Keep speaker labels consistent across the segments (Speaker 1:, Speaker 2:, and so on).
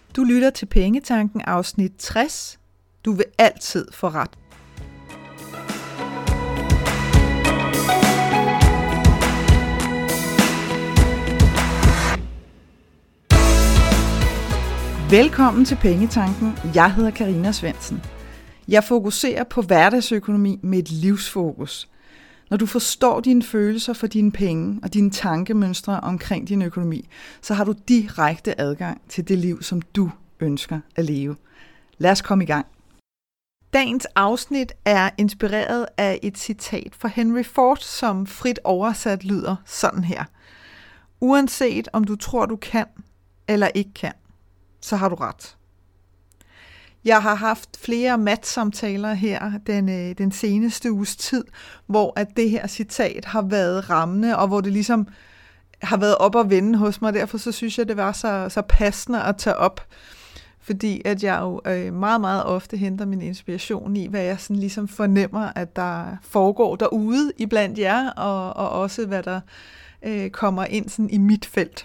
Speaker 1: Du lytter til Pengetanken afsnit 60. Du vil altid få ret. Velkommen til Pengetanken. Jeg hedder Karina Svendsen. Jeg fokuserer på hverdagsøkonomi med et livsfokus. Når du forstår dine følelser for dine penge og dine tankemønstre omkring din økonomi, så har du direkte adgang til det liv, som du ønsker at leve. Lad os komme i gang. Dagens afsnit er inspireret af et citat fra Henry Ford, som frit oversat lyder sådan her. Uanset om du tror, du kan eller ikke kan, så har du ret. Jeg har haft flere matsamtaler her den seneste uges tid, hvor at det her citat har været rammende, og hvor det ligesom har været op og vende hos mig. Derfor så synes jeg, det var så passende at tage op, fordi at jeg jo meget, meget ofte henter min inspiration i, hvad jeg sådan ligesom fornemmer, at der foregår derude iblandt jer, og også hvad der kommer ind sådan i mit felt.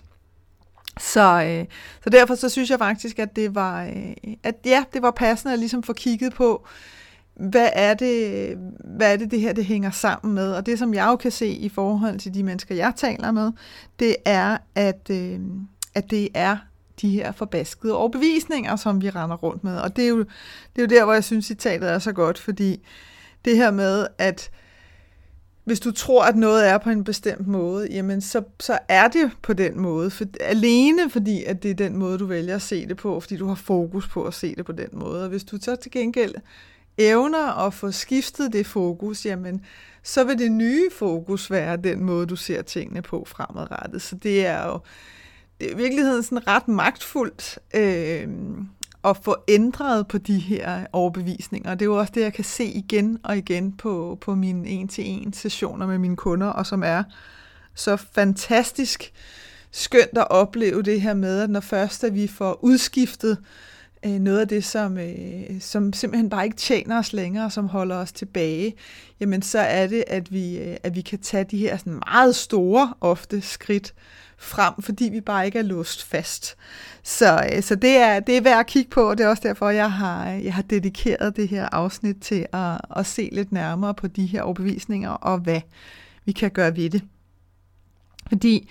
Speaker 1: Så derfor så synes jeg faktisk, at det var passende at ligesom få kigget på, hvad er det her det hænger sammen med. Og det, som jeg jo kan se i forhold til de mennesker, jeg taler med, det er, at det er de her forbaskede overbevisninger, som vi render rundt med. Og det er jo der, hvor jeg synes, citatet er så godt, fordi det her med, at hvis du tror, at noget er på en bestemt måde, jamen så er det på den måde. Alene fordi, at det er den måde, du vælger at se det på, fordi du har fokus på at se det på den måde. Og hvis du så til gengæld evner at få skiftet det fokus, jamen så vil det nye fokus være den måde, du ser tingene på fremadrettet. Så det er i virkeligheden sådan ret magtfuldt at få ændret på de her overbevisninger. Det er jo også det, jeg kan se igen og igen på mine 1-til-1 sessioner med mine kunder, og som er så fantastisk skønt at opleve det her med, at når først at vi får udskiftet noget af det, som simpelthen bare ikke tjener os længere, som holder os tilbage, jamen så er det, at vi kan tage de her sådan meget store, ofte skridt frem, fordi vi bare ikke er låst fast. Så det er værd at kigge på, og det er også derfor, jeg har dedikeret det her afsnit til at se lidt nærmere på de her overbevisninger, og hvad vi kan gøre ved det. Fordi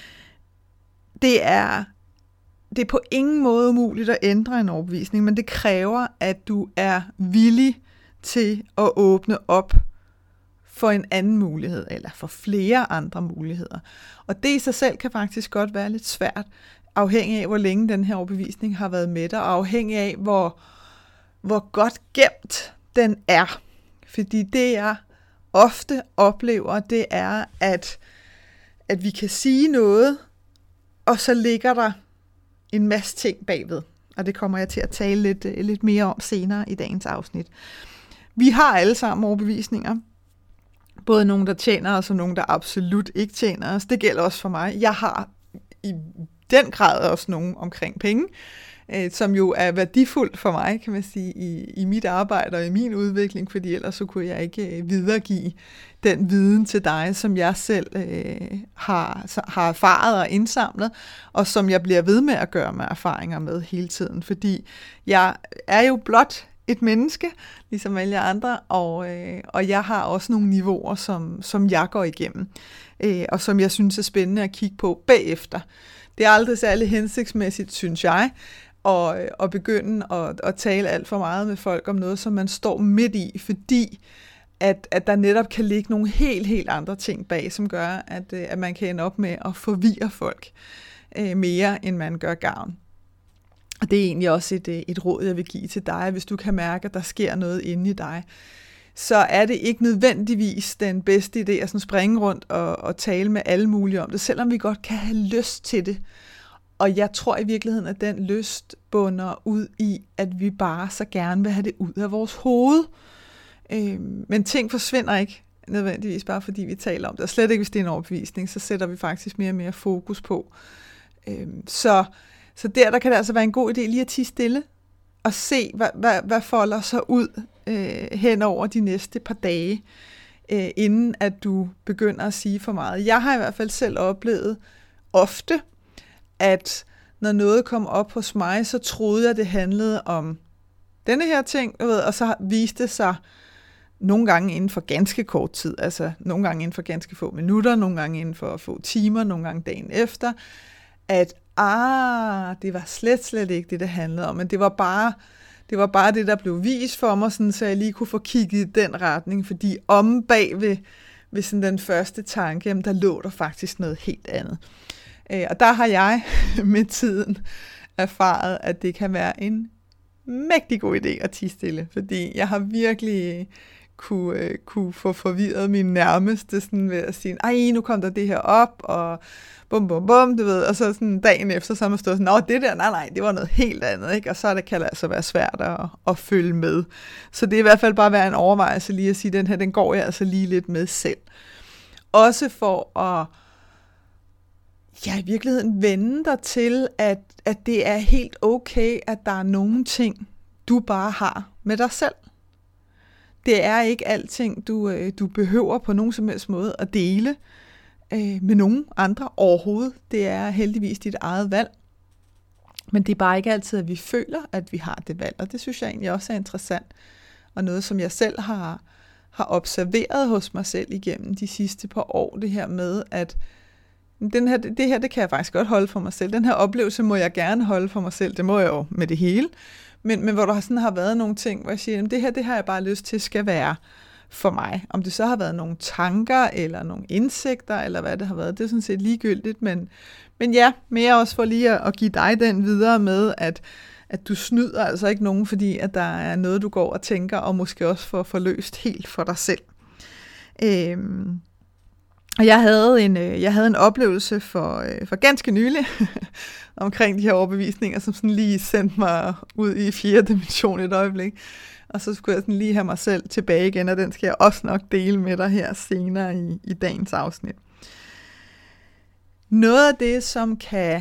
Speaker 1: det er på ingen måde umuligt at ændre en overbevisning, men det kræver, at du er villig til at åbne op for en anden mulighed, eller for flere andre muligheder. Og det i sig selv kan faktisk godt være lidt svært, afhængig af, hvor længe den her overbevisning har været med dig, og afhængig af, hvor godt gemt den er. Fordi det, jeg ofte oplever, det er, at vi kan sige noget, og så ligger der en masse ting bagved. Og det kommer jeg til at tale lidt mere om senere i dagens afsnit. Vi har alle sammen overbevisninger. Både nogen, der tjener os, og nogen, der absolut ikke tjener os. Det gælder også for mig. Jeg har i den grad også nogen omkring penge, som jo er værdifuldt for mig, kan man sige, i mit arbejde og i min udvikling, fordi ellers så kunne jeg ikke videregive den viden til dig, som jeg selv har erfaret og indsamlet, og som jeg bliver ved med at gøre med erfaringer med hele tiden, fordi jeg er jo blot et menneske, ligesom alle andre, og jeg har også nogle niveauer, som jeg går igennem, og som jeg synes er spændende at kigge på bagefter. Det er aldrig særlig hensigtsmæssigt, synes jeg, at begynde at tale alt for meget med folk om noget, som man står midt i, fordi at der netop kan ligge nogle helt, helt andre ting bag, som gør, at man kan ende op med at forvirre folk mere, end man gør gavn. Og det er egentlig også et råd, jeg vil give til dig, hvis du kan mærke, at der sker noget inde i dig. Så er det ikke nødvendigvis den bedste idé at sådan springe rundt og tale med alle mulige om det, selvom vi godt kan have lyst til det. Og jeg tror i virkeligheden, at den lyst bunder ud i, at vi bare så gerne vil have det ud af vores hoved. Men ting forsvinder ikke nødvendigvis bare fordi vi taler om det. Og slet ikke, hvis det er en overbevisning, så sætter vi faktisk mere og mere fokus på. Så der kan det altså være en god idé lige at tie stille og se, hvad folder sig ud hen over de næste par dage, inden at du begynder at sige for meget. Jeg har i hvert fald selv oplevet ofte, at når noget kom op hos mig, så troede jeg, det handlede om denne her ting, og så viste det sig nogle gange inden for ganske kort tid, altså nogle gange inden for ganske få minutter, nogle gange inden for få timer, nogle gange dagen efter, at det var slet ikke det handlede om, men det var bare det, der blev vist for mig, sådan, så jeg lige kunne få kigget i den retning, fordi om bag ved sådan den første tanke, jamen, der lå der faktisk noget helt andet. Og der har jeg med tiden erfaret, at det kan være en mægtig god idé at tie stille, fordi jeg har virkelig kunne få forvirret min nærmeste sådan ved at sige, nu kom der det her op, og bum, bum, bum, du ved, og så sådan dagen efter, så har man stået sådan, det der, nej, det var noget helt andet, ikke? Og så kan det altså være svært at følge med. Så det er i hvert fald bare være en overvejelse lige at sige, den her, den går jeg altså lige lidt med selv. Også for at i virkeligheden vende dig til, at det er helt okay, at der er nogle ting, du bare har med dig selv. Det er ikke alting, du behøver på nogen som helst måde at dele med nogen andre overhovedet. Det er heldigvis dit eget valg. Men det er bare ikke altid, at vi føler, at vi har det valg. Og det synes jeg egentlig også er interessant. Og noget, som jeg selv har observeret hos mig selv igennem de sidste par år. Det her med, at det her, det kan jeg faktisk godt holde for mig selv. Den her oplevelse må jeg gerne holde for mig selv. Det må jeg jo med det hele. Men hvor der sådan har været nogle ting, hvor jeg siger, det har jeg bare lyst til skal være for mig. Om det så har været nogle tanker, eller nogle indsigter, eller hvad det har været, det er sådan set ligegyldigt. Men ja, mere også for lige at give dig den videre med, at du snyder altså ikke nogen, fordi at der er noget, du går og tænker, og måske også får forløst helt for dig selv. Og jeg havde en oplevelse for ganske nylig omkring de her overbevisninger, som sådan lige sendte mig ud i 4. dimension et øjeblik. Og så skulle jeg sådan lige have mig selv tilbage igen, og den skal jeg også nok dele med dig her senere i dagens afsnit. Noget af det, som kan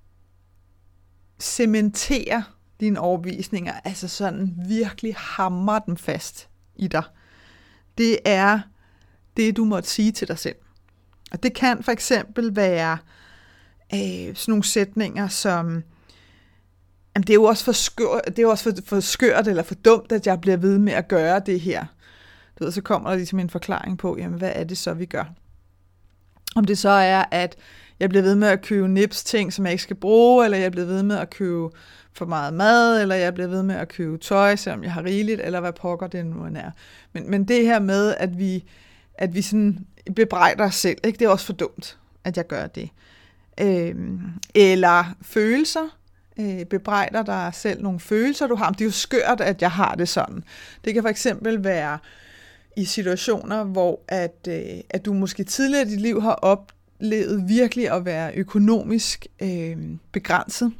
Speaker 1: cementere dine overbevisninger, altså sådan virkelig hamre dem fast i dig, det er det, du måtte sige til dig selv. Og det kan for eksempel være sådan nogle sætninger som, det er jo også for skørt eller for dumt, at jeg bliver ved med at gøre det her. Du ved, så kommer der ligesom en forklaring på, jamen hvad er det så, vi gør? Om det så er, at jeg bliver ved med at købe nips ting, som jeg ikke skal bruge, eller jeg bliver ved med at købe for meget mad, eller jeg bliver ved med at købe tøj, selvom jeg har rigeligt, eller hvad pokker det nu er. Men det her med, at vi sådan bebrejder os selv, ikke? Det er også for dumt, at jeg gør det. Eller følelser. Bebrejder dig selv nogle følelser, du har. Det er jo skørt, at jeg har det sådan. Det kan for eksempel være i situationer, hvor at du måske tidligere i dit liv har oplevet virkelig at være økonomisk begrænset,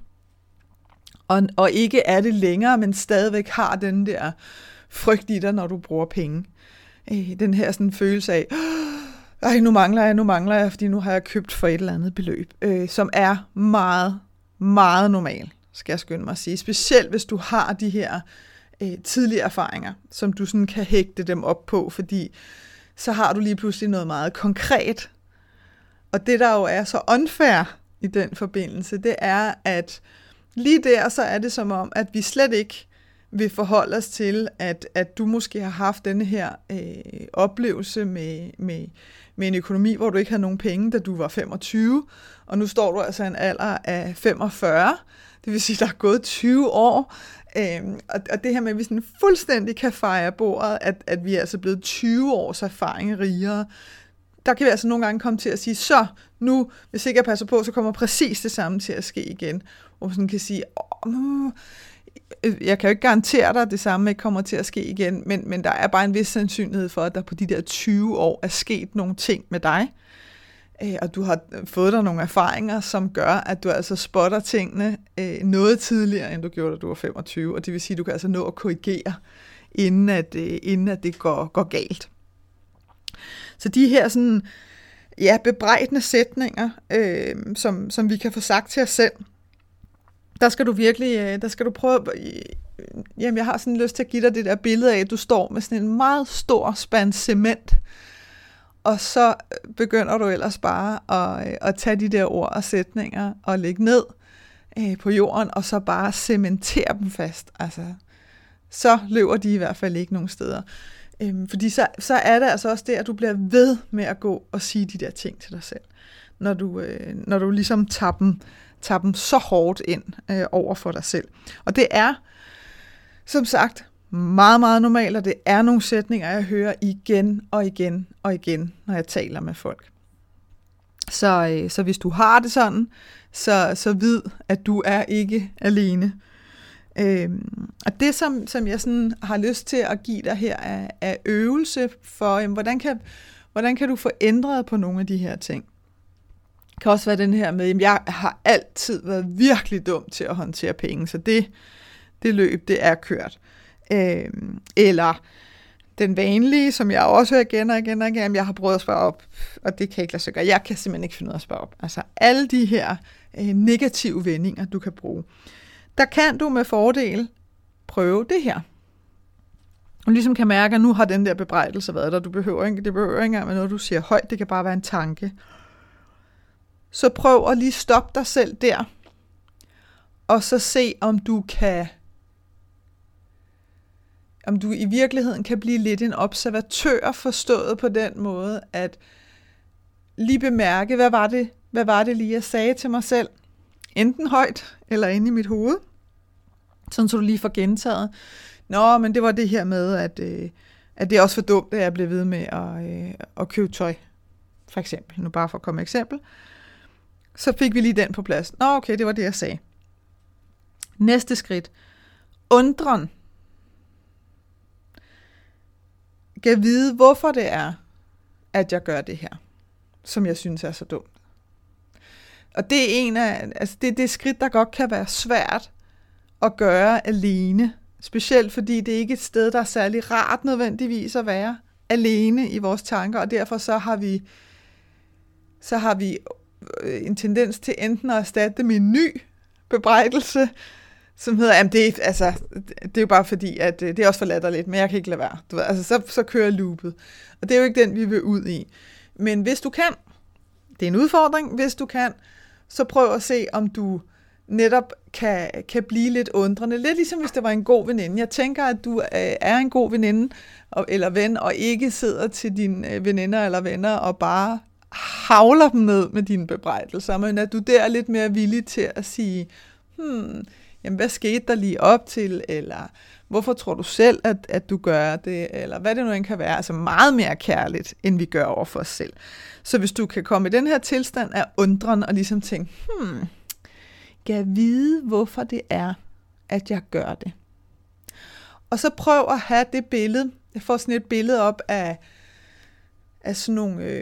Speaker 1: og ikke er det længere, men stadigvæk har den der frygt i dig, når du bruger penge. Den her sådan følelse af, nu mangler jeg, fordi nu har jeg købt for et eller andet beløb, som er meget, meget normal, skal jeg skynde mig at sige. Specielt hvis du har de her tidlige erfaringer, som du sådan kan hægte dem op på, fordi så har du lige pludselig noget meget konkret. Og det, der jo er så unfair i den forbindelse, det er, at lige der, så er det som om, at vi slet ikke vil forholde os til, at du måske har haft denne her oplevelse med en økonomi, hvor du ikke havde nogen penge, da du var 25, og nu står du altså i en alder af 45, det vil sige, der er gået 20 år, og det her med, at vi sådan fuldstændig kan fejre bordet, at vi er altså blevet 20 års erfaring rigere, der kan vi altså nogle gange komme til at sige, så nu, hvis ikke jeg passer på, så kommer præcis det samme til at ske igen, hvor man sådan kan sige, jeg kan jo ikke garantere dig, at det samme ikke kommer til at ske igen, men der er bare en vis sandsynlighed for, at der på de der 20 år er sket nogle ting med dig, og du har fået dig nogle erfaringer, som gør, at du altså spotter tingene noget tidligere, end du gjorde, da du var 25, og det vil sige, at du kan altså nå at korrigere, inden at det går galt. Så de her sådan, bebrejdende sætninger, som vi kan få sagt til os selv, der skal du prøve, jamen jeg har sådan lyst til at give dig det der billede af, at du står med sådan en meget stor spand cement, og så begynder du ellers bare at tage de der ord og sætninger og lægge ned på jorden, og så bare cementere dem fast. Altså, så løber de i hvert fald ikke nogen steder. Fordi så er det altså også det, at du bliver ved med at gå og sige de der ting til dig selv. Når du ligesom tager dem så hårdt ind over for dig selv. Og det er, som sagt, meget, meget normalt, og det er nogle sætninger, jeg hører igen og igen og igen, når jeg taler med folk. Så hvis du har det sådan, så vid, at du er ikke alene. Og det, som jeg sådan har lyst til at give dig her, er øvelse for, hvordan kan du få ændret på nogle af de her ting. Det kan også være den her med, jeg har altid været virkelig dum til at håndtere penge, så det løb, det er kørt. Eller den vanlige, som jeg også hører igen og igen og igen, jeg har prøvet at spare op, og det kan jeg ikke lade sig gøre. Jeg kan simpelthen ikke finde ud af at spare op. Altså alle de her negative vendinger, du kan bruge. Der kan du med fordel prøve det her. Og ligesom kan mærke, at nu har den der bebrejdelse været der. Det behøver ikke engang med noget, du siger højt. Det kan bare være en tanke. Så prøv at lige stoppe dig selv der. Og så se, om du i virkeligheden kan blive lidt en observatør, forstået på den måde, at lige bemærke, hvad var det lige, jeg sagde til mig selv? Enten højt, eller inde i mit hoved. Sådan så du lige får gentaget. Nå, men det var det her med, at det er også for dumt, at jeg blev ved med at købe tøj. For eksempel. Nu bare for at komme med eksempel. Så fik vi lige den på plads. Nå, okay, det var det, jeg sagde. Næste skridt. Undren. Kan vide, hvorfor det er, at jeg gør det her, som jeg synes er så dumt. Og det er det skridt, der godt kan være svært at gøre alene. Specielt fordi det ikke er et sted, der er særlig rart nødvendigvis at være alene i vores tanker, og derfor så har vi en tendens til enten at erstatte det med en ny bebrejdelse, som hedder, jamen det er jo bare fordi, at det er også for latterligt, men jeg kan ikke lade være. Du ved, altså så kører loopet. Og det er jo ikke den, vi vil ud i. Men hvis du kan, det er en udfordring, hvis du kan, så prøv at se, om du netop kan blive lidt undrende. Lidt ligesom hvis det var en god veninde. Jeg tænker, at du er en god veninde eller ven, og ikke sidder til dine veninder eller venner og bare havler dem ned med dine bebrejdelser, men at du der er lidt mere villig til at sige, jamen hvad skete der lige op til, eller hvorfor tror du selv, at du gør det, eller hvad det nu end kan være, altså meget mere kærligt, end vi gør over for os selv. Så hvis du kan komme i den her tilstand af undren, og ligesom tænke, kan jeg vide, hvorfor det er, at jeg gør det? Og så prøv at have det billede, jeg får sådan et billede op af sådan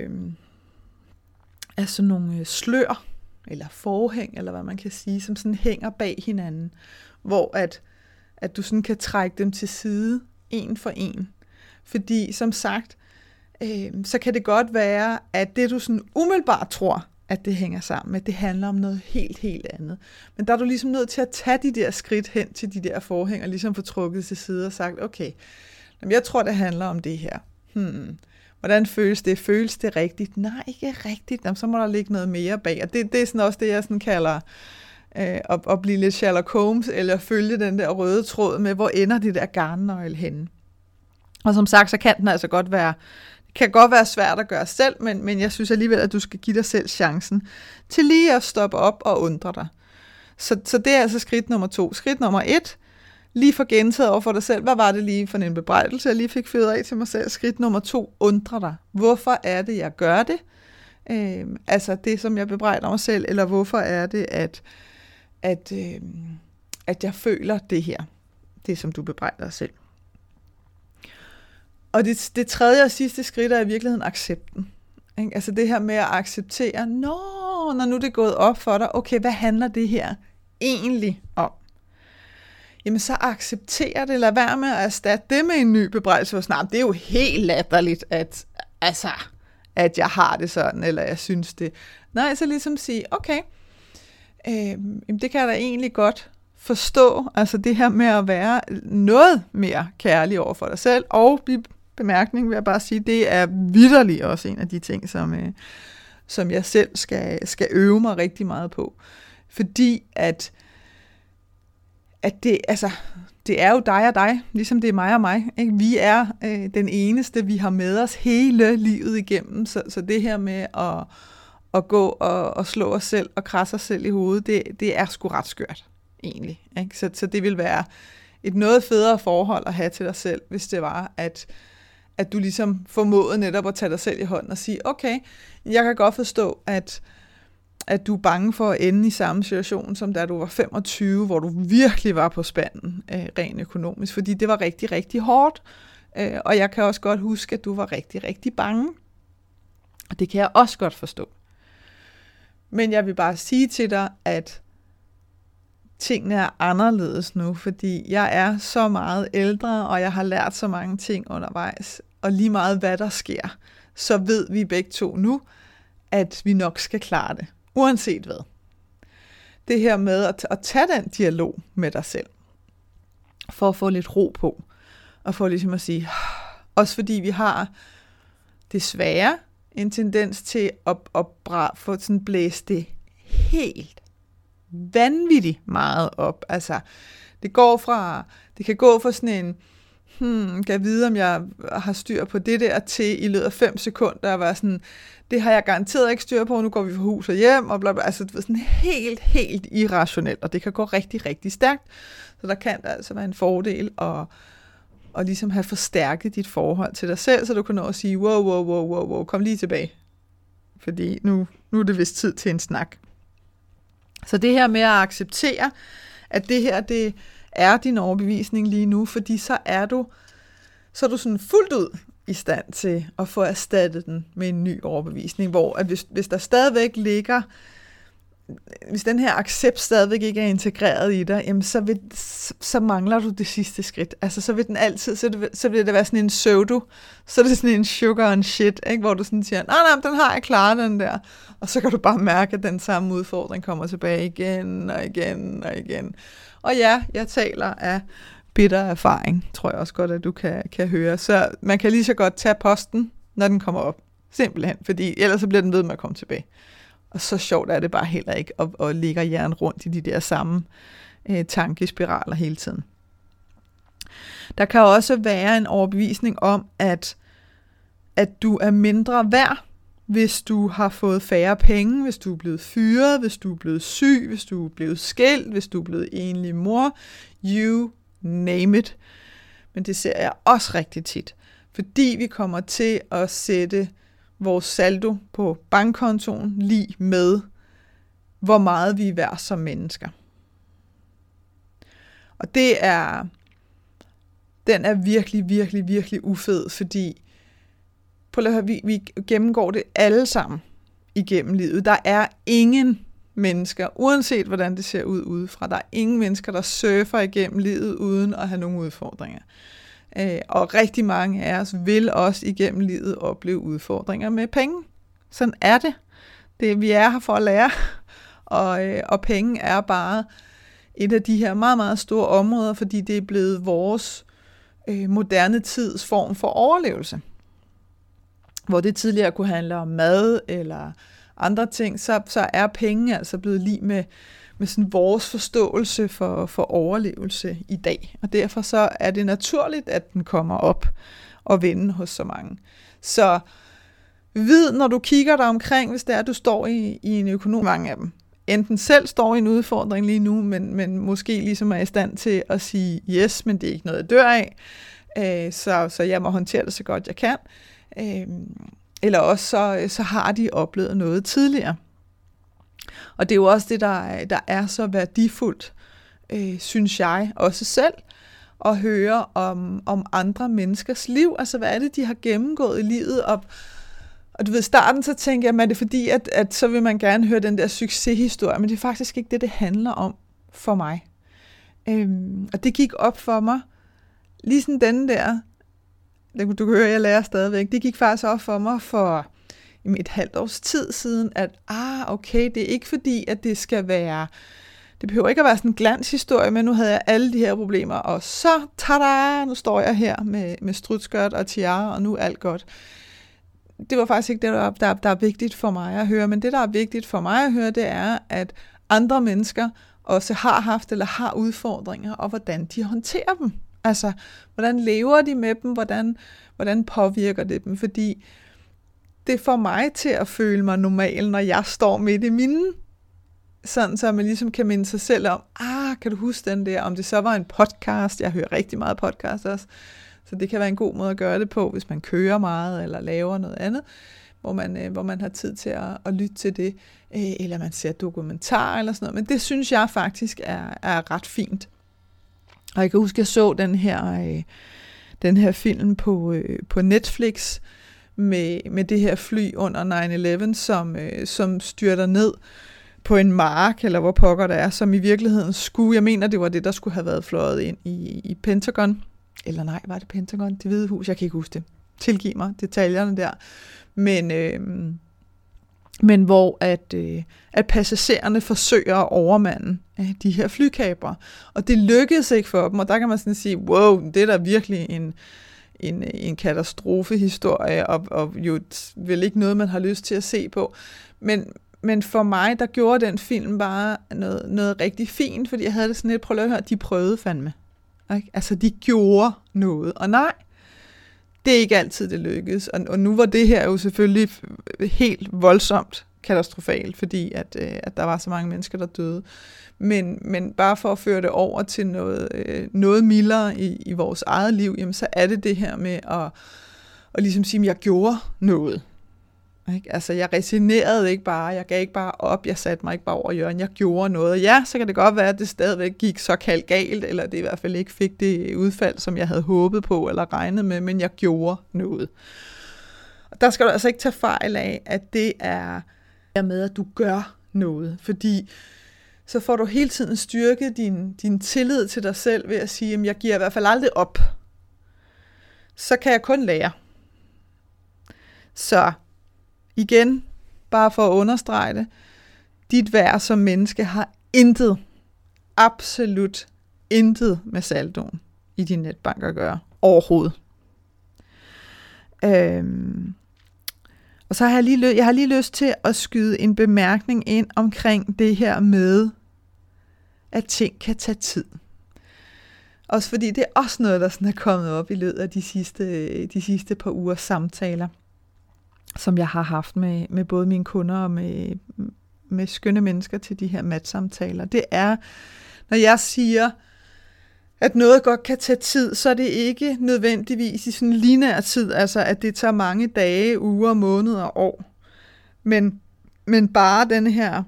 Speaker 1: nogle, slør, eller forhæng, eller hvad man kan sige, som sådan hænger bag hinanden, hvor at du sådan kan trække dem til side, en for en. Fordi, som sagt, så kan det godt være, at det du sådan umiddelbart tror, at det hænger sammen med, det handler om noget helt, helt andet. Men der er du ligesom nødt til at tage de der skridt hen til de der forhæng, og ligesom få trukket til side og sagt, okay, jeg tror, det handler om det her. Hvordan føles det? Føles det rigtigt? Nej, ikke rigtigt. Jamen, så må der ligge noget mere bag. Og det er sådan også det, jeg sådan kalder at blive lidt Sherlock Holmes, eller følge den der røde tråd med, hvor ender det der garnnøgle henne. Og som sagt, så kan den altså godt være svært at gøre selv, men jeg synes alligevel, at du skal give dig selv chancen til lige at stoppe op og undre dig. Så det er altså skridt nummer 2. Skridt nummer 1, lige få gentaget over for dig selv, hvad var det lige for en bebrejdelse, jeg lige fik fyret af til mig selv. Skridt nummer 2, undre dig. Hvorfor er det, jeg gør det? Altså det, som jeg bebrejder mig selv, eller hvorfor er det, at jeg føler det her, det som du bebrejder dig selv. Og det tredje og sidste skridt er i virkeligheden accepten. Ikke? Altså det her med at acceptere, når nu det er gået op for dig, okay, hvad handler det her egentlig om? Jamen så accepter det, lad være med at erstatte det med en ny bebrejdelse, og snart, det er jo helt latterligt, at jeg har det sådan, eller jeg synes det. Nej, så ligesom sige, okay, det kan jeg da egentlig godt forstå, altså det her med at være noget mere kærlig over for dig selv, og bemærkning vil jeg bare sige, det er vitterligt også en af de ting, som jeg selv skal øve mig rigtig meget på. Fordi at det, altså, det er jo dig og dig, ligesom det er mig og mig. Ikke? Vi er den eneste, vi har med os hele livet igennem. Så det her med at gå og slå os selv og krasse os selv i hovedet, det er sgu ret skørt, egentlig. Ikke? Så det vil være et noget federe forhold at have til dig selv, hvis det var, at du ligesom formåede netop at tage dig selv i hånden og sige, okay, jeg kan godt forstå, at du er bange for at ende i samme situation, som da du var 25, hvor du virkelig var på spanden rent økonomisk, fordi det var rigtig, rigtig hårdt, og jeg kan også godt huske, at du var rigtig, rigtig bange, og det kan jeg også godt forstå. Men jeg vil bare sige til dig, at tingene er anderledes nu, fordi jeg er så meget ældre, og jeg har lært så mange ting undervejs, og lige meget hvad der sker, så ved vi begge to nu, at vi nok skal klare det, uanset hvad. Det her med at tage den dialog med dig selv, for at få lidt ro på, og for ligesom at sige, også fordi vi har desværre en tendens til at få sådan blæst det helt vanvittigt meget op. Altså, det kan gå fra sådan en, kan jeg vide, om jeg har styr på det der, til i løbet af 5 sekunder, at være sådan, det har jeg garanteret ikke styr på, nu går vi fra hus og hjem, og bla bla, altså sådan helt, helt irrationelt, og det kan gå rigtig, rigtig stærkt, så der kan altså være en fordel at ligesom have forstærket dit forhold til dig selv, så du kan nå at sige, wow, kom lige tilbage, fordi nu er det vist tid til en snak. Så det her med at acceptere, at det her, det er din overbevisning lige nu, fordi så er du sådan fuldt ud i stand til at få erstattet den med en ny overbevisning, hvor at hvis der stadigvæk ligger, hvis den her accept stadigvæk ikke er integreret i dig, jamen så mangler du det sidste skridt. Altså så vil den altid, så vil det være sådan en pseudo, så er det sådan en sugar and shit, ikke? Hvor du sådan siger, nej, den har jeg klaret, den der. Og så kan du bare mærke, at den samme udfordring kommer tilbage igen og igen og igen. Og ja, jeg taler af bitter erfaring, tror jeg også godt, at du kan høre. Så man kan lige så godt tage posten, når den kommer op. Simpelthen, fordi ellers så bliver den ved med at komme tilbage. Og så sjovt er det bare heller ikke at ligge hjernen rundt i de der samme tankespiraler hele tiden. Der kan også være en overbevisning om, at du er mindre værd, hvis du har fået færre penge, hvis du er blevet fyret, hvis du er blevet syg, hvis du er blevet skilt, hvis du er blevet enlig mor, you name it. Men det ser jeg også rigtig tit, fordi vi kommer til at sætte vores saldo på bankkontoen lige med, hvor meget vi er værd som mennesker. Og den er virkelig, virkelig, virkelig ufed, fordi vi gennemgår det alle sammen igennem livet. Der er ingen mennesker, uanset hvordan det ser ud udefra, der er ingen mennesker, der surfer igennem livet uden at have nogle udfordringer. Og rigtig mange af os vil også igennem livet opleve udfordringer med penge. Sådan er det. Vi er her for at lære, og penge er bare et af de her meget, meget store områder, fordi det er blevet vores moderne tids form for overlevelse. Hvor det tidligere kunne handle om mad eller andre ting, så er penge altså blevet lig med sådan vores forståelse for overlevelse i dag. Og derfor så er det naturligt, at den kommer op og vende hos så mange. Så vid, når du kigger dig omkring, hvis det er, at du står i en økonomi, mange af dem enten selv står i en udfordring lige nu, men måske ligesom er i stand til at sige, yes, men det er ikke noget, jeg dør af, så jeg må håndtere det så godt jeg kan. Eller også så har de oplevet noget tidligere. Og det er jo også det, der er så værdifuldt, synes jeg også selv, at høre om andre menneskers liv. Altså, hvad er det, de har gennemgået i livet? Og du ved, i starten så tænker jeg, er det fordi, at så vil man gerne høre den der succeshistorie, men det er faktisk ikke det det handler om for mig. Og det gik op for mig, lige sådan den der, du kan høre, jeg lærer stadigvæk, det gik faktisk op for mig for et halvt års tid siden, at okay, det er ikke fordi, at det skal være, det behøver ikke at være sådan en glanshistorie, men nu havde jeg alle de her problemer, og så, tada, nu står jeg her med strutskørt og tiara, og nu er alt godt. Det var faktisk ikke det, der er vigtigt for mig at høre, men det, der er vigtigt for mig at høre, det er, at andre mennesker også har haft eller har udfordringer, og hvordan de håndterer dem. Altså, hvordan lever de med dem, hvordan påvirker det dem, fordi det får mig til at føle mig normal, når jeg står midt i mine, sådan så man ligesom kan minde sig selv om, kan du huske den der, om det så var en podcast, jeg hører rigtig meget podcast også, så det kan være en god måde at gøre det på, hvis man kører meget, eller laver noget andet, hvor man har tid til at lytte til det, eller man ser dokumentar, eller sådan noget, men det synes jeg faktisk er ret fint. Og jeg kan huske, at jeg så den her film på Netflix, med det her fly under 9/11, som styrter ned på en mark, eller hvor pokker der er, som i virkeligheden jeg mener, det var det, der skulle have været fløjet ind i Pentagon. Eller nej, var det Pentagon? Det Hvide Hus, jeg kan ikke huske det. Tilgiv mig detaljerne der. Men hvor at passagererne forsøger at overmande de her flykapere. Og det lykkedes ikke for dem, og der kan man sådan sige, wow, det er da virkelig en katastrofehistorie, og jo vel ikke noget, man har lyst til at se på. Men for mig, der gjorde den film bare noget rigtig fint, fordi jeg havde det sådan lidt, prøv at høre, de prøvede fandme. Ikke? Altså, de gjorde noget. Og nej, det er ikke altid, det lykkedes. Og nu var det her jo selvfølgelig helt voldsomt katastrofalt, fordi at der var så mange mennesker, der døde. Men bare for at føre det over til noget mildere i vores eget liv, jamen, så er det her med at ligesom sige, at jeg gjorde noget. Ikke? Altså, jeg resignerede ikke bare, jeg gav ikke bare op, jeg satte mig ikke bare over hjørnet, jeg gjorde noget. Ja, så kan det godt være, at det stadigvæk gik såkaldt galt, eller det i hvert fald ikke fik det udfald, som jeg havde håbet på eller regnet med, men jeg gjorde noget. Og der skal du altså ikke tage fejl af, at det er med, at du gør noget, fordi så får du hele tiden styrket din tillid til dig selv ved at sige, at jeg giver i hvert fald aldrig op. Så kan jeg kun lære. Så igen, bare for at understrege det, dit værd som menneske har intet, absolut intet med saldoen i din netbank at gøre. Overhovedet. Og så har jeg har lige lyst til at skyde en bemærkning ind omkring det her med, at ting kan tage tid. Også fordi det er også noget, der sådan er kommet op i løbet af de sidste par ugers samtaler, som jeg har haft med både mine kunder og med skønne mennesker til de her matsamtaler. Det er, når jeg siger, at noget godt kan tage tid, så er det ikke nødvendigvis i sådan en lineær tid, altså at det tager mange dage, uger, måneder og år. Men bare den her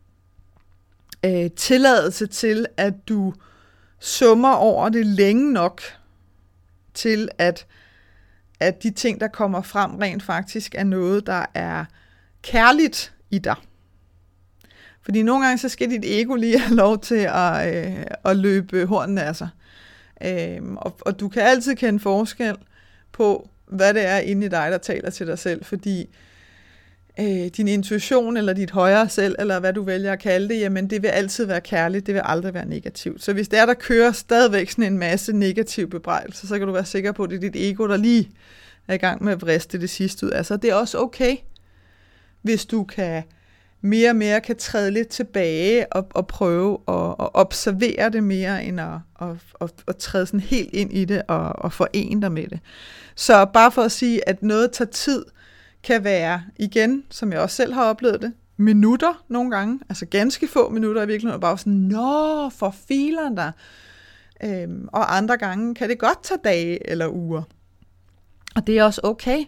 Speaker 1: tilladelse til, at du summer over det længe nok, til at de ting, der kommer frem, rent faktisk er noget, der er kærligt i dig. Fordi nogle gange, så skal dit ego lige have lov til at løbe hornene af sig. Og du kan altid kende forskel på, hvad det er inde i dig, der taler til dig selv, fordi din intuition, eller dit højere selv, eller hvad du vælger at kalde det, jamen det vil altid være kærligt, det vil aldrig være negativt. Så hvis det er, der kører stadigvæk sådan en masse negativ bebrejdelse, så kan du være sikker på, at det er dit ego, der lige er i gang med at vriste det sidste ud. Altså det er også okay, hvis du kan mere og mere kan træde lidt tilbage og prøve at observere det mere, end at træde sådan helt ind i det og forene dig med det. Så bare for at sige, at noget tager tid, kan være, igen, som jeg også selv har oplevet det, minutter nogle gange, altså ganske få minutter i virkeligheden, og bare sådan, nå, for fileren der. Og andre gange kan det godt tage dage eller uger. Og det er også okay.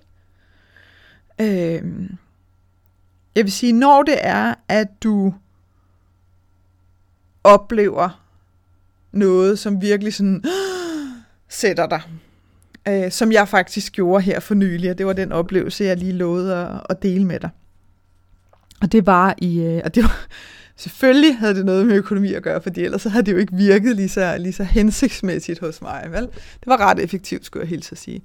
Speaker 1: Jeg vil sige, når det er, at du oplever noget, som virkelig sådan sætter dig, som jeg faktisk gjorde her for nylig, og det var den oplevelse, jeg lige lovede at dele med dig. Og det var selvfølgelig havde det noget med økonomi at gøre, fordi ellers så havde det jo ikke virket lige så hensigtsmæssigt hos mig. Vel? Det var ret effektivt, skulle jeg hilse at sige.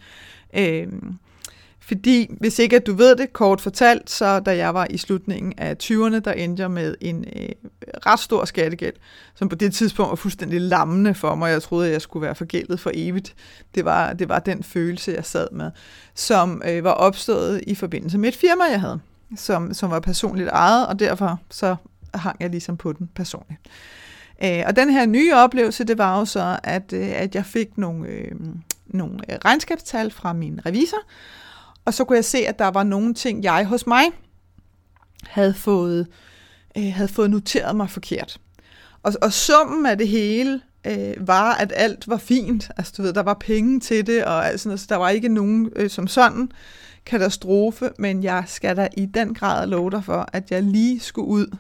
Speaker 1: Fordi, hvis ikke at du ved det, kort fortalt, så da jeg var i slutningen af 20'erne, der endte jeg med en ret stor skattegæld, som på det tidspunkt var fuldstændig lammende for mig. Jeg troede, at jeg skulle være forgældet for evigt. Det var den følelse, jeg sad med, som var opstået i forbindelse med et firma, jeg havde, som var personligt ejet, og derfor så hang jeg ligesom på den personligt. Og den her nye oplevelse, det var jo så, at jeg fik nogle regnskabstal fra min revisor, og så kunne jeg se, at der var nogle ting, jeg hos mig havde fået noteret mig forkert. Og summen af det hele var, at alt var fint. Altså du ved, der var penge til det, og altså, så der var ikke nogen som sådan katastrofe, men jeg skal da i den grad love dig for, at jeg lige skulle ud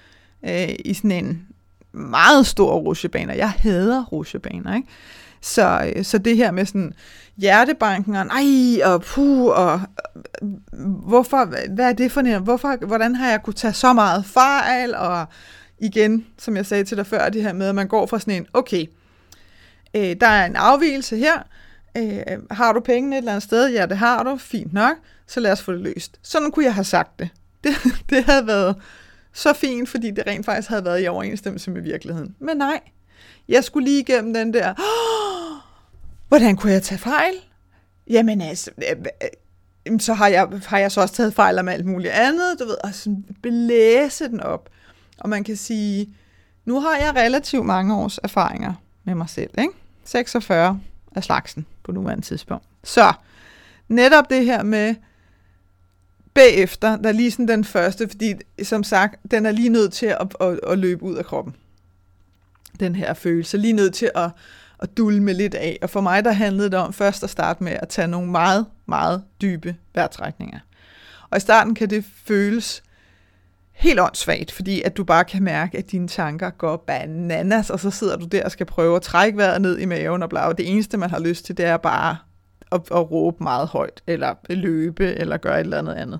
Speaker 1: i sådan en meget stor rutsjebane. Jeg hader rutsjebaner, ikke? Så det her med sådan hjertebanken, og nej, og puh, og hvorfor, hvad er det for en, hvordan har jeg kunne tage så meget fejl, og igen, som jeg sagde til dig før, det her med, at man går fra sådan en, okay, der er en afvigelse her, har du pengene et eller andet sted? Ja, det har du, fint nok, så lad os få det løst. Sådan kunne jeg have sagt det. Det havde været så fint, fordi det rent faktisk havde været i overensstemmelse med virkeligheden. Men nej, jeg skulle lige igennem den der, hvordan kunne jeg tage fejl? Jamen altså, så har jeg så også taget fejl om alt muligt andet, du ved, og sådan blæse den op. Og man kan sige, nu har jeg relativt mange års erfaringer med mig selv, ikke? 46 af slagsen på nuværende tidspunkt. Så netop det her med bagefter, der er lige sådan den første, fordi som sagt, den er lige nødt til at løbe ud af kroppen. Den her følelse, lige nødt til at dulme lidt af. Og for mig, der handlede det om først at starte med at tage nogle meget, meget dybe vejrtrækninger. Og i starten kan det føles helt åndssvagt, fordi at du bare kan mærke, at dine tanker går bananas, og så sidder du der og skal prøve at trække vejret ned i maven og bla. Det eneste, man har lyst til, det er bare at råbe meget højt, eller løbe, eller gøre et eller andet.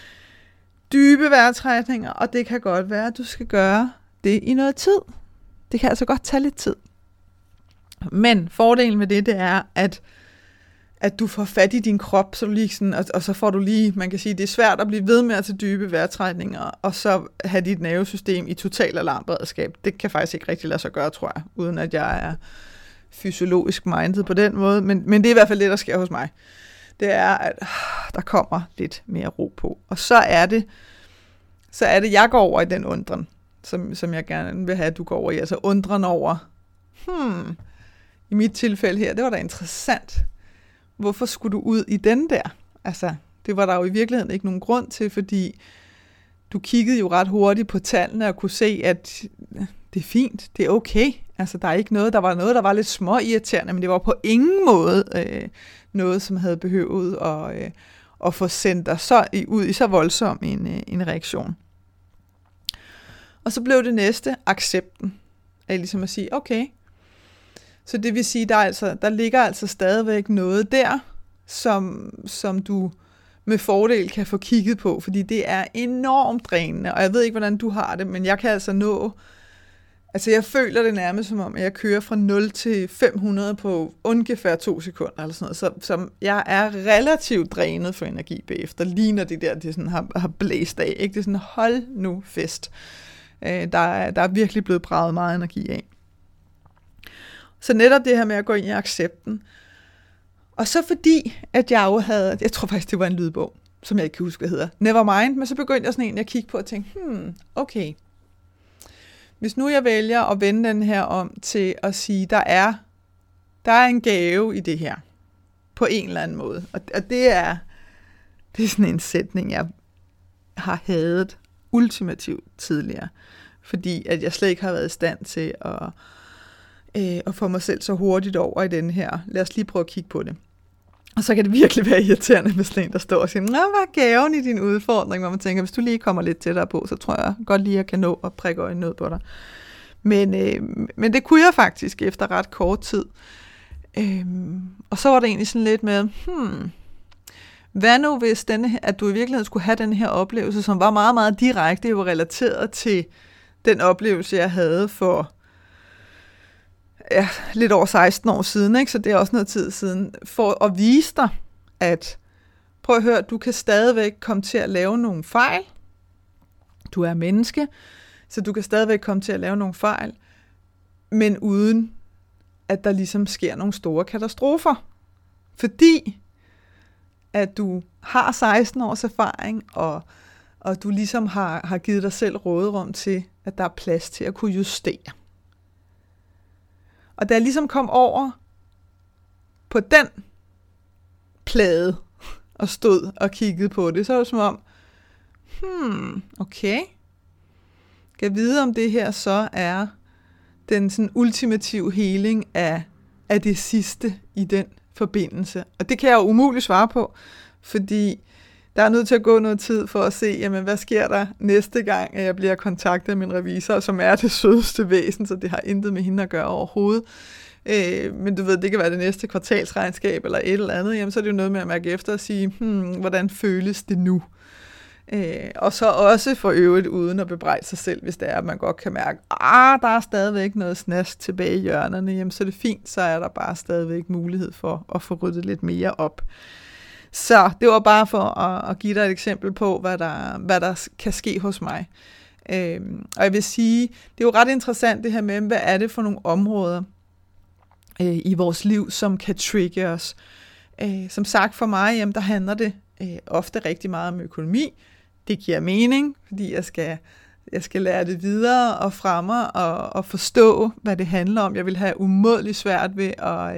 Speaker 1: Dybe vejrtrækninger, og det kan godt være, at du skal gøre det i noget tid. Det kan altså godt tage lidt tid. Men fordelen med det er, at du får fat i din krop, så du lige sådan, og så får du lige, man kan sige, det er svært at blive ved med at tage dybe vejrtrækninger, og så have dit nervesystem i total alarmberedskab. Det kan faktisk ikke rigtig lade sig gøre, tror jeg, uden at jeg er fysiologisk minded på den måde, men det er i hvert fald det, der sker hos mig. Det er, at der kommer lidt mere ro på. Og så er det, jeg går over i den undren, som jeg gerne vil have, at du går over i. Altså undren over, i mit tilfælde her, det var da interessant. Hvorfor skulle du ud i den der? Altså, det var der jo i virkeligheden ikke nogen grund til, fordi du kiggede jo ret hurtigt på tallene og kunne se, at det er fint, det er okay. Altså, der er ikke noget, der var lidt småirriterende, men det var på ingen måde noget, som havde behøvet at få sendt dig ud i så voldsom en reaktion. Og så blev det næste accepten af ligesom at sige, okay. Så det vil sige, der ligger altså stadigvæk noget der, som du med fordel kan få kigget på, fordi det er enormt drænende, og jeg ved ikke, hvordan du har det, men jeg kan altså jeg føler det nærmest som om, at jeg kører fra 0 til 500 på ungefær 2 sekunder, eller sådan noget, så jeg er relativt drænet for energi bagefter, lige når det sådan har blæst af, ikke? Det er sådan, hold nu fest. Der er virkelig blevet braget meget energi af. Så netop det her med at gå ind i accepten. Og så fordi, at jeg jo jeg tror faktisk, det var en lydbog, som jeg ikke kan huske, hvad hedder, Nevermind, men så begyndte jeg sådan egentlig at kigge på og tænke, okay, hvis nu jeg vælger at vende den her om til at sige, der er en gave i det her, på en eller anden måde. Og det er sådan en sætning, jeg har hadet ultimativt tidligere, fordi at jeg slet ikke har været i stand til at få mig selv så hurtigt over i den her. Lad os lige prøve at kigge på det. Og så kan det virkelig være irriterende, hvis en der står og siger, hvad er gaven i din udfordring? Hvor man tænker, hvis du lige kommer lidt tættere på, så tror jeg godt lige, at jeg kan nå at prikke øjnene ud på dig. Men det kunne jeg faktisk efter ret kort tid. Og så var det egentlig sådan lidt med, hvad nu hvis at du i virkeligheden skulle have den her oplevelse, som var meget, meget direkte, det var relateret til den oplevelse, jeg havde for lidt over 16 år siden, ikke? Så det er også noget tid siden, for at vise dig, at prøv at høre, du kan stadigvæk komme til at lave nogle fejl. Du er menneske, så du kan stadigvæk komme til at lave nogle fejl, men uden at der ligesom sker nogle store katastrofer. Fordi at du har 16 års erfaring og og du ligesom har givet dig selv råderum til, at der er plads til at kunne justere. Og da jeg ligesom kom over på den plade og stod og kiggede på det, så var det som om, okay, kan jeg vide, om det her så er den sådan ultimative heling af det sidste i den forbindelse. Og det kan jeg jo umuligt svare på, fordi der er nødt til at gå noget tid for at se, jamen, hvad sker der næste gang, at jeg bliver kontaktet af min revisor, som er det sødeste væsen, så det har intet med hende at gøre overhovedet. Men du ved, det kan være det næste kvartalsregnskab eller et eller andet, jamen, så er det jo noget med at mærke efter og sige, hvordan føles det nu? Og så også for øvrigt uden at bebrejde sig selv, hvis det er, at man godt kan mærke, der er stadigvæk noget snask tilbage i hjørnerne, jamen så er det fint, så er der bare stadigvæk mulighed for at få ryddet lidt mere op. Så det var bare for at give dig et eksempel på, hvad der kan ske hos mig. Og jeg vil sige, det er jo ret interessant det her med, hvad er det for nogle områder i vores liv, som kan trigge os. Som sagt for mig, jamen, der handler det ofte rigtig meget om økonomi. Det giver mening, fordi jeg skal lære det videre og fremme og forstå, hvad det handler om. Jeg vil have umådeligt svært ved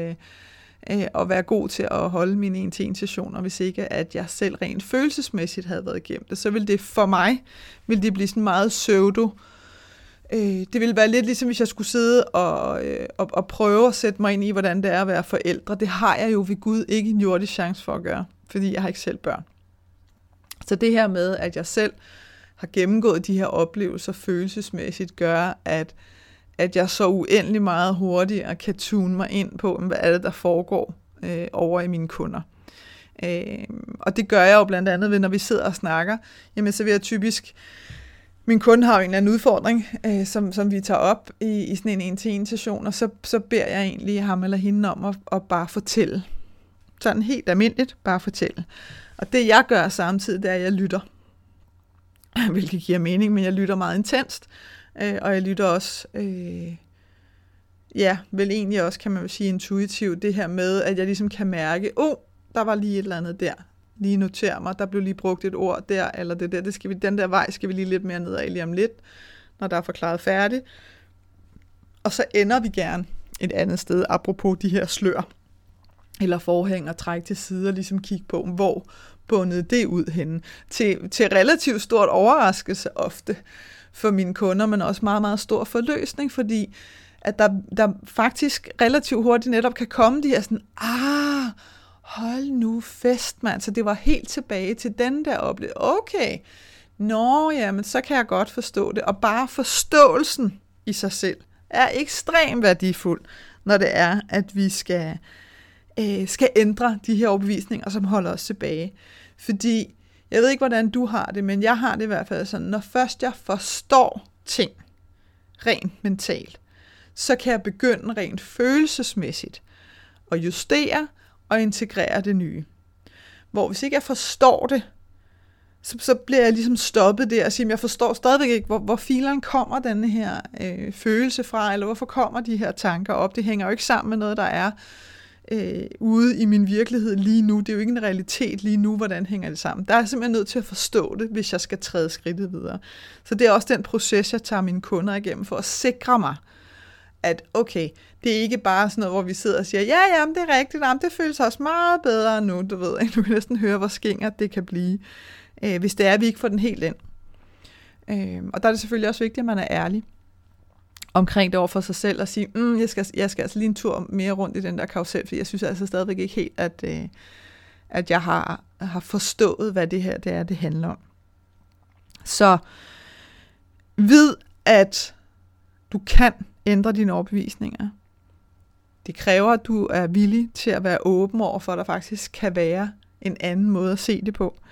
Speaker 1: at være god til at holde mine en-til-en-sessioner, hvis ikke at jeg selv rent følelsesmæssigt havde været igennem det. Så ville det for mig blive sådan meget pseudo. Det ville være lidt ligesom, hvis jeg skulle sidde og prøve at sætte mig ind i, hvordan det er at være forældre. Det har jeg jo ved Gud ikke en jordisk chance for at gøre, fordi jeg har ikke selv børn. Så det her med, at jeg selv har gennemgået de her oplevelser følelsesmæssigt, gør, at jeg så uendelig meget hurtigere kan tune mig ind på, hvad er det, der foregår over i mine kunder. Og det gør jeg jo blandt andet ved, når vi sidder og snakker, jamen så vil jeg typisk, min kunde har jo en eller anden udfordring, som vi tager op i sådan en en-til-en-session, og så beder jeg egentlig ham eller hende om at bare fortælle. Sådan helt almindeligt, bare fortælle. Og det jeg gør samtidig, det er, at jeg lytter. Hvilket giver mening, men jeg lytter meget intenst. Og jeg lytter også, vel egentlig også, kan man sige, intuitivt, det her med, at jeg ligesom kan mærke, der var lige et eller andet der. Lige notere mig, der blev lige brugt et ord der, eller det der, den der vej skal vi lige lidt mere nedad lige om lidt, når der er forklaret færdigt. Og så ender vi gerne et andet sted, apropos de her slør, eller forhæng og træk til side, og ligesom kigge på, hvor bundet det ud henne. Til relativt stort overraskelse ofte for mine kunder, men også meget, meget stor forløsning, fordi at der faktisk relativt hurtigt netop kan komme de her sådan, hold nu fest, mand. Så det var helt tilbage til den der oplevelse. Okay, men så kan jeg godt forstå det. Og bare forståelsen i sig selv er ekstremt værdifuld, når det er, at vi skal ændre de her overbevisninger, som holder os tilbage. Fordi, jeg ved ikke, hvordan du har det, men jeg har det i hvert fald sådan, når først jeg forstår ting rent mentalt, så kan jeg begynde rent følelsesmæssigt at justere og integrere det nye. Hvor hvis ikke jeg forstår det, så bliver jeg ligesom stoppet der og siger, jeg forstår stadigvæk ikke, hvor fileren kommer denne her følelse fra, eller hvorfor kommer de her tanker op. Det hænger jo ikke sammen med noget, der er ude i min virkelighed lige nu. Det er jo ikke en realitet lige nu, hvordan hænger det sammen. Der er jeg simpelthen nødt til at forstå det, hvis jeg skal træde skridtet videre. Så det er også den proces, jeg tager mine kunder igennem, for at sikre mig, at okay, det er ikke bare sådan noget, hvor vi sidder og siger, ja, det er rigtigt, det føles også meget bedre nu, du ved, du kan næsten høre, hvor skingert det kan blive, hvis det er, at vi ikke får den helt ind. Og der er det selvfølgelig også vigtigt, at man er ærlig omkring det over for sig selv, og sige, jeg skal altså lige en tur mere rundt i den der karusel, for jeg synes altså stadigvæk ikke helt, at jeg har forstået, hvad det her det handler om. Så vid, at du kan ændre dine overbevisninger. Det kræver, at du er villig til at være åben over for, at der faktisk kan være en anden måde at se det på.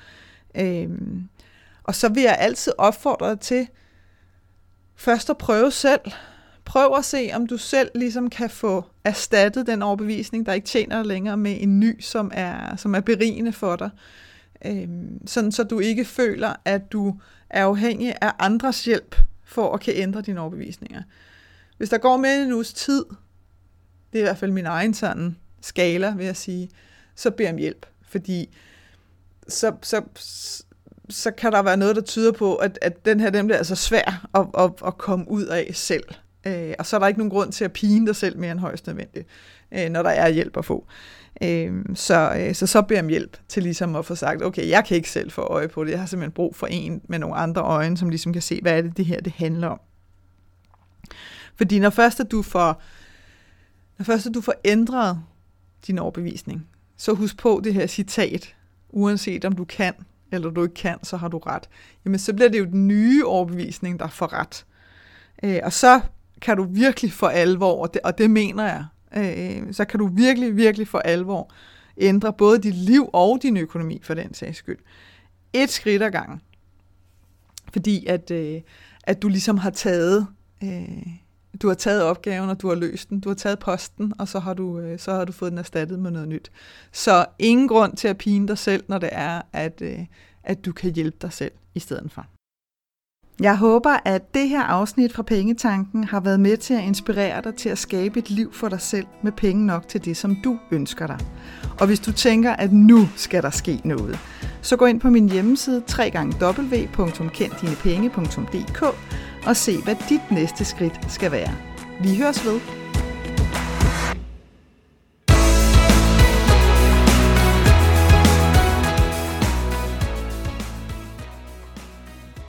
Speaker 1: Og så vil jeg altid opfordre dig til først at prøve selv. Prøv at se, om du selv ligesom kan få erstattet den overbevisning, der ikke tjener dig længere, med en ny, som er berigende for dig. Sådan så du ikke føler, at du er afhængig af andres hjælp for at kan ændre dine overbevisninger. Hvis der går med en uges tid, det er i hvert fald min egen sådan skala, vil jeg sige, så bed om hjælp. Fordi så kan der være noget, der tyder på, at den her, den bliver altså svær at komme ud af selv. Og så er der ikke nogen grund til at pine dig selv mere end højst nødvendigt, når der er hjælp at få. Så bed om hjælp til ligesom at få sagt, okay, jeg kan ikke selv få øje på det, jeg har simpelthen brug for en med nogle andre øjne, som ligesom kan se, hvad er det her, det handler om. Fordi når først du får ændret din overbevisning, så husk på det her citat, uanset om du kan eller du ikke kan, så har du ret. Jamen så bliver det jo den nye overbevisning, der får ret. Og så kan du virkelig for alvor, og det mener jeg, så kan du virkelig, virkelig for alvor ændre både dit liv og din økonomi for den sags skyld. Et skridt ad gangen. Fordi at du ligesom har taget opgaven, og du har løst den. Du har taget posten, og så har du fået den erstattet med noget nyt. Så ingen grund til at pine dig selv, når det er, at du kan hjælpe dig selv i stedet for. Jeg håber, at det her afsnit fra Pengetanken har været med til at inspirere dig til at skabe et liv for dig selv med penge nok til det, som du ønsker dig. Og hvis du tænker, at nu skal der ske noget, så gå ind på min hjemmeside www.kenddinepenge.dk og se, hvad dit næste skridt skal være. Vi høres ved.